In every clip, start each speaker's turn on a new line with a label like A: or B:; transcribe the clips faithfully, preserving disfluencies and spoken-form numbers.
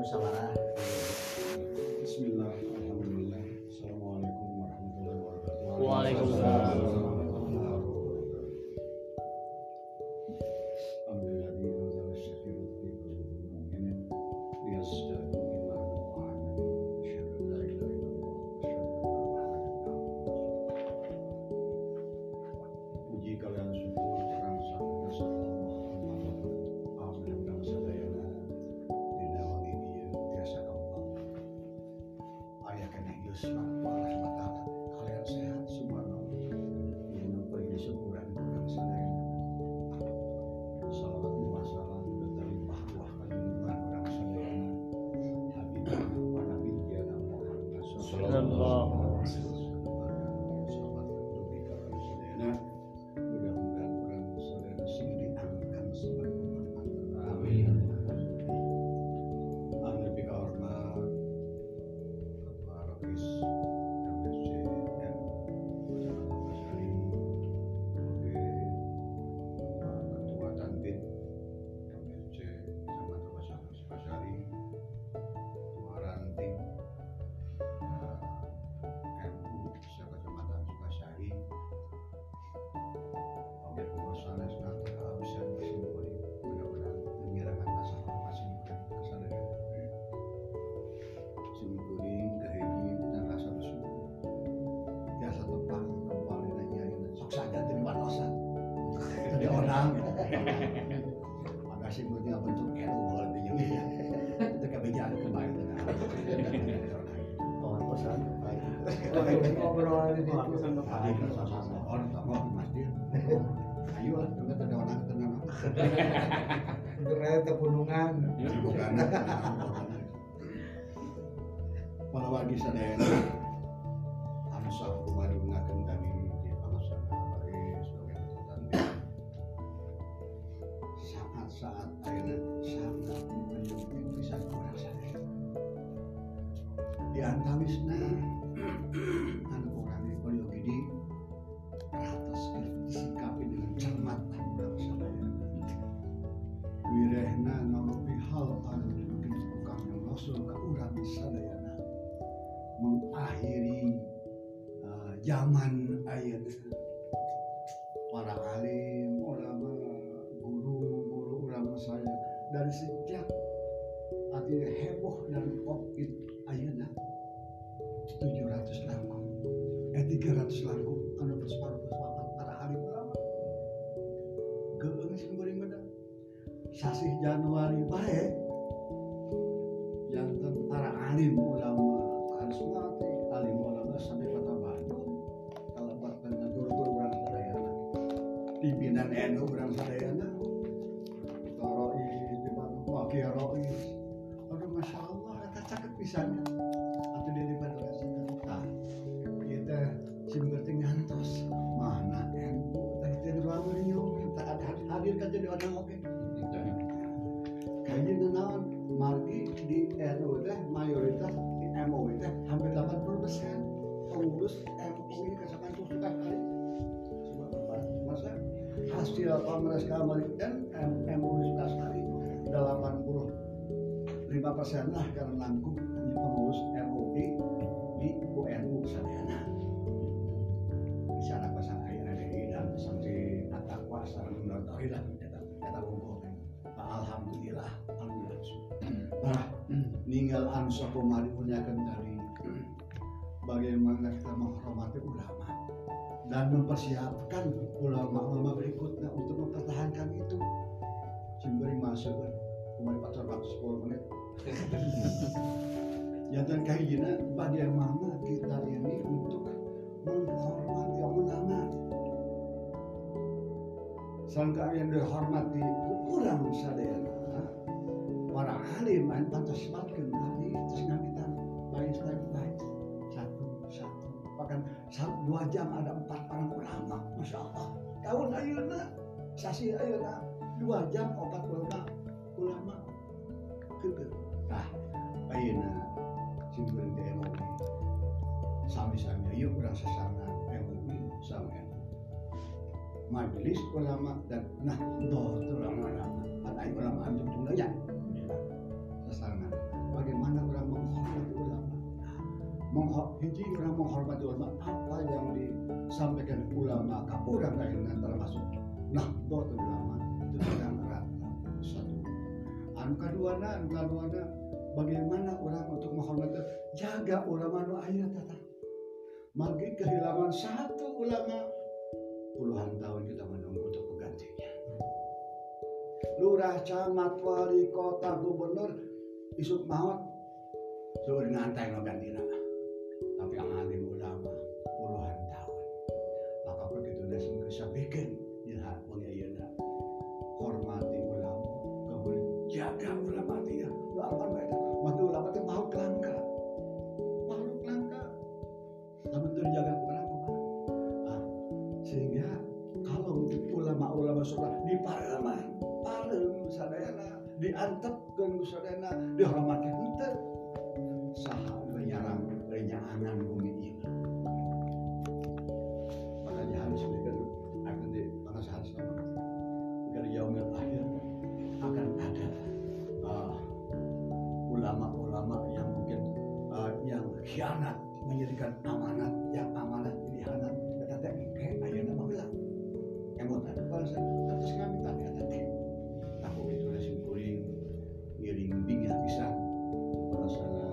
A: musyawarah.
B: Bismillah, alhamdulillah. Assalamualaikum warahmatullahi wabarakatuh.
C: Waalaikumsalam.
B: Makasih punya bentuk R U kalau pinjamnya itu kebijakan kembali
A: Kawan kosan.
C: Ngobrol di
B: tadi kan sama orang sama di masjid. Ayo lah, enggak ada orang tenang.
C: Untuk raya pegunungan.
B: Bukan. Para wargi sadaya anu saha kumarunakeun kami di pangasan bagi sebagai tanda saat akhirnya sangat menyukai bisa kurang di antawisna anak orang ini beliau gini ratus disikapi dengan cermat dan sadaya wirehna nalopi hal anu mungkin tukang yang rasul ke urang sadayana mengakhiri uh, zaman ayat para alim ulama saya dari sejak artinya heboh dan covid ayeuna tujuh ratus langkung eh tiga ratus langkung anu berseparuh bersepakat para alim ulama geus kuring meureun sasih Januari bae janten para alim ulama harus mati alim ulama sampai kota Bandung kalau bertanya guru-guru urang sadayana pimpinan N U urang sadayana Kiai Rois, aduh masya Allah, kata cakep pisannya. Atau dia daripada rasanya, ah, kita simberti ngantos, mana N U, tadi dia doang beliau, tak ada hadir kan jadi orang oke. Kayaknya naon, margi di N U teh mayoritas di M U teh hampir delapan puluh persen pengurus M U ini kesakan tuh sudah kali. Masa hasil kongres kamari dan M U sudah sekali. delapan puluh lima persen lah karena langkung hanya pengurus M U I di U N U sadayana. Misalnya pasang air ada di dan sampai kata kuasa menurut Allah kita kita kumpulkan. Alhamdulillah, alhamdulillah. Nah, ninggal ansa kumari punyakeun tadi bagaimana kita menghormati ulama dan mempersiapkan ulama-ulama berikutnya untuk mempertahankan itu. Simbering masuk kemarin empat ratus sepuluh menit. Jangan kayak bagaimana kita ini untuk menghormati ulama. Sangka yang dihormati kurang sadayana. Para alim main pantas semakin kali terus kita baik baik satu satu bahkan dua jam ada empat orang ulama, masya Allah. Tahun ayeuna sasi ayeuna dua jam opat ulama ulama keke nah ayeuna simpen teh M U I sami-sami ayo urang sasana M U I sama majelis ulama dan nah doh ulama ulama kan ayo ulama antum tunggu ya sasana bagaimana orang menghormati ulama. Menghor- hiji orang menghormati ulama, apa yang disampaikan ulama ka urang lainna termasuk nahdlatul ulama itu sedang rata satu. Anu kaduana, anu kaduana bagaimana orang untuk menghormati jaga ulama nu aya tata. Magi kehilangan satu ulama puluhan tahun kita menunggu untuk penggantinya. Lurah, camat, wali kota, gubernur isuk maut sudah ngantai no gantina. Tapi yang alim ulama puluhan tahun. Maka begitu nasi bisa bikin jihad mengayeuna hormati ulama, kemudian jaga ulama dia. Lawan baik. Maka ulama itu makhluk langka, makhluk langka. Tapi itu dijaga ulama. Nah, sehingga kalau ulama-ulama sudah dipareman, parem sadayana, diantepkeun ku sadayana, dihormati henteu. Saha nyarang renyangan bumi ieu. Pada jahan sedekan akan di pengasahan sama. Dari yaumil akhir akan ada uh, ulama-ulama yang mungkin uh, yang khianat menjadikan amanat, yang amanat jadi khianat. Kata teh kayak ayeuna mah heula. Emotan bangsa atas kami tadi kata teh. Aku itu nasi kuring ngiring bingah pisan. Masalah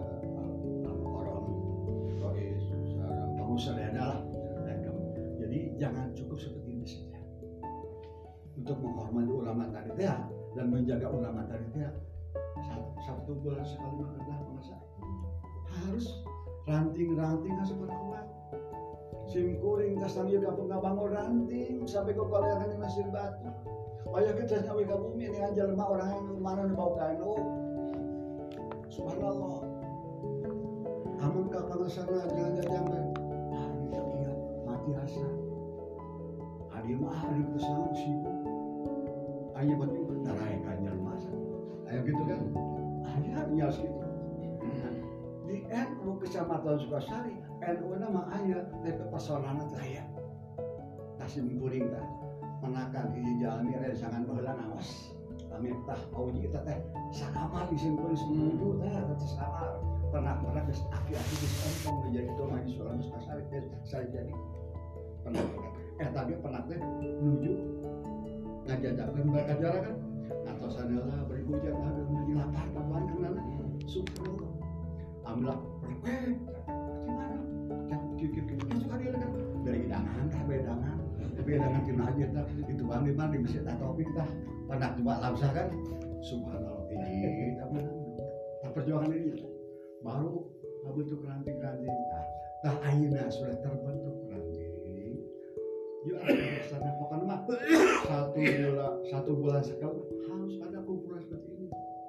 B: sadayana lah. Jadi jangan cukup seperti ini saja. Untuk menghormati ulama tadi ya dan menjaga ulama tadi ya satu bulan sekali makanlah masa harus ranting-ranting harus berkuat. Sim kuring kasang juga pengabangun ranting sampai ke kolerangan di Mesir Batu. Waya kita nyawa ke bumi ini aja lemah orang yang mana di bawah kain. Oh, subhanallah. Amun ka pangasana jangan-jangan biasa. Adi mah adi kesana sibuk. Aya batu darai kanjal masa. Aya gitu kan? Aya nya gitu. Di N U Kecamatan Sukasari, N U nama aya tapi pasorana teh aya. Tasim kuring tah. Menakan hiji jalmi aya sangan baheula naos. Kami tah auji kita teh sakamar isin kuring semuju teh teh sakamar. Pernah-pernah geus aki-aki geus empong jadi ketua majelis ulama Sukasari teh saya jadi pernah eh tapi pernah teh menuju ngajajakan mereka jarak kan atau sanalah beri hujan ada menuju lapar kapan kenana subhanallah amlah perfect gimana yang kikir-kikir itu kan dia kan dari hidangan tah bedangan bedangan tina aja tah itu bang di mana bisa tah topik tah pernah coba lamsah kan subhanallah ini tapi tak perjuangan ini baru bentuk ranting-ranting tah tah ayeuna sudah terbentuk yuk sana pokoknya mah satu bulan satu bulan sekali harus ada kumpulan seperti ini.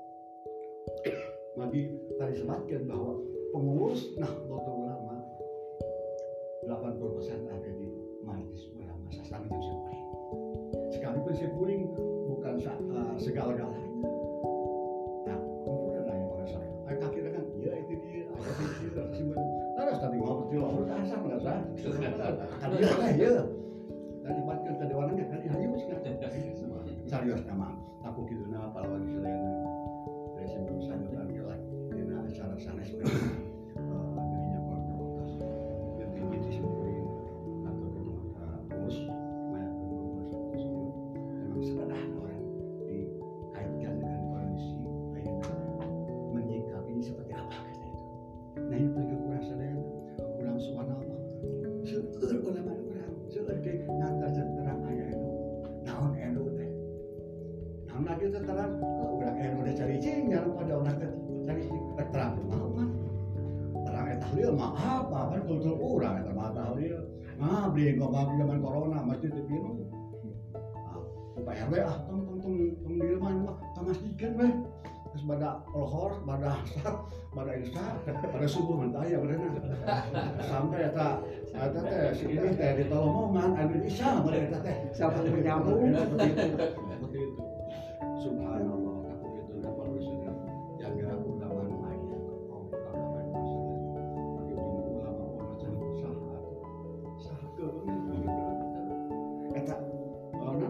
B: Magi tadi sebutkan bahwa pengurus Nahdlatul Ulama delapan puluh persen ada di majelis ulama sasana Jam Kuring. Sekalipun Jam Kuring bukan uh, segala-galanya. Nah, kumpulan lain pada saya. Ay kakira kan, ya itu dia, ada itu dia, simpan. Terus tadi ngobrol di luar kasar nggak sah? Kan dia lah ya. Tadi bagian tadi orang kan tadi hayu sih kan. Serius nama. Aku gitu na pahlawan selain dari sebelum saya dan kelak di acara sana seperti dirinya koordinator yang tinggi di sini atau kedua pengurus banyak pengurus itu memang sederhana orang dikaitkan dengan kondisi lain menyikapi ini seperti apa kata itu. Nah ini pergi kurasa dan ulang subhanallah seueur ulama seueur ke ngantar terang aya itu naon enu teh naon lagi terang urang enu udah cari cinggal pada orang teh cari terang mau kan terang eta tahlil mah apa kan kultur urang eta mah tahlil nah beli ngomong zaman corona masjid di pinu ah upaya we ah tong tong tong tong di rumah mah tamasjidkeun we terus pada lohor pada asar pada isya pada subuh mentah ya bener sampai eta eta teh si ini teh ditolomongan anu isya pada eta teh
C: sampai menyambung
B: seperti itu seperti itu subhanallah aku itu dapat bersudah jaga ulama nu aya ulama bagi ulama ulama jadi usaha usaha keungan eta ono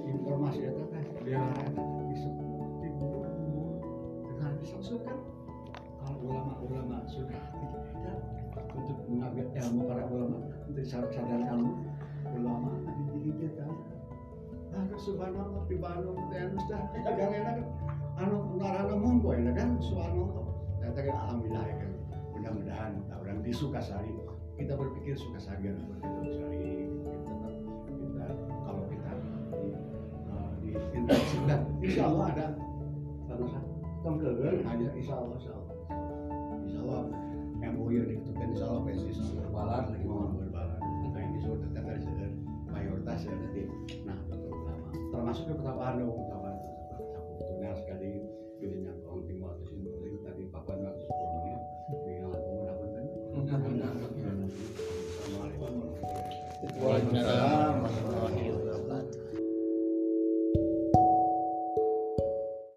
B: informasi eta teh biar eta disebut disalsukan sudah kita untuk mengambil ilmu para ulama, untuk sadar ilmu ulama di diri kita. Ah, subhanallah di Bandung teh sudah agak enak anu narana monggo ya kan subhanallah. Kita kan alhamdulillah ya kan. Mudah-mudahan orang di Sukasari kita berpikir Sukasari atau Sukasari kita, kita kalau kita di, uh, di interaksi dan insya Allah ada tongkrongan hanya insya Allah insya Allah insya Allah M O U yang diketukan insya Allah P S I S berbalan lagi mau berbalan nah yang disuruh tetap dari seger mayoritas ya nanti nah terutama termasuk ke kota Bandung kota Bandung nah sekali pilihnya kalau tinggal di sini tadi papan waktu sepuluh menit dengan lagu apa kan Assalamualaikum warahmatullahi wabarakatuh.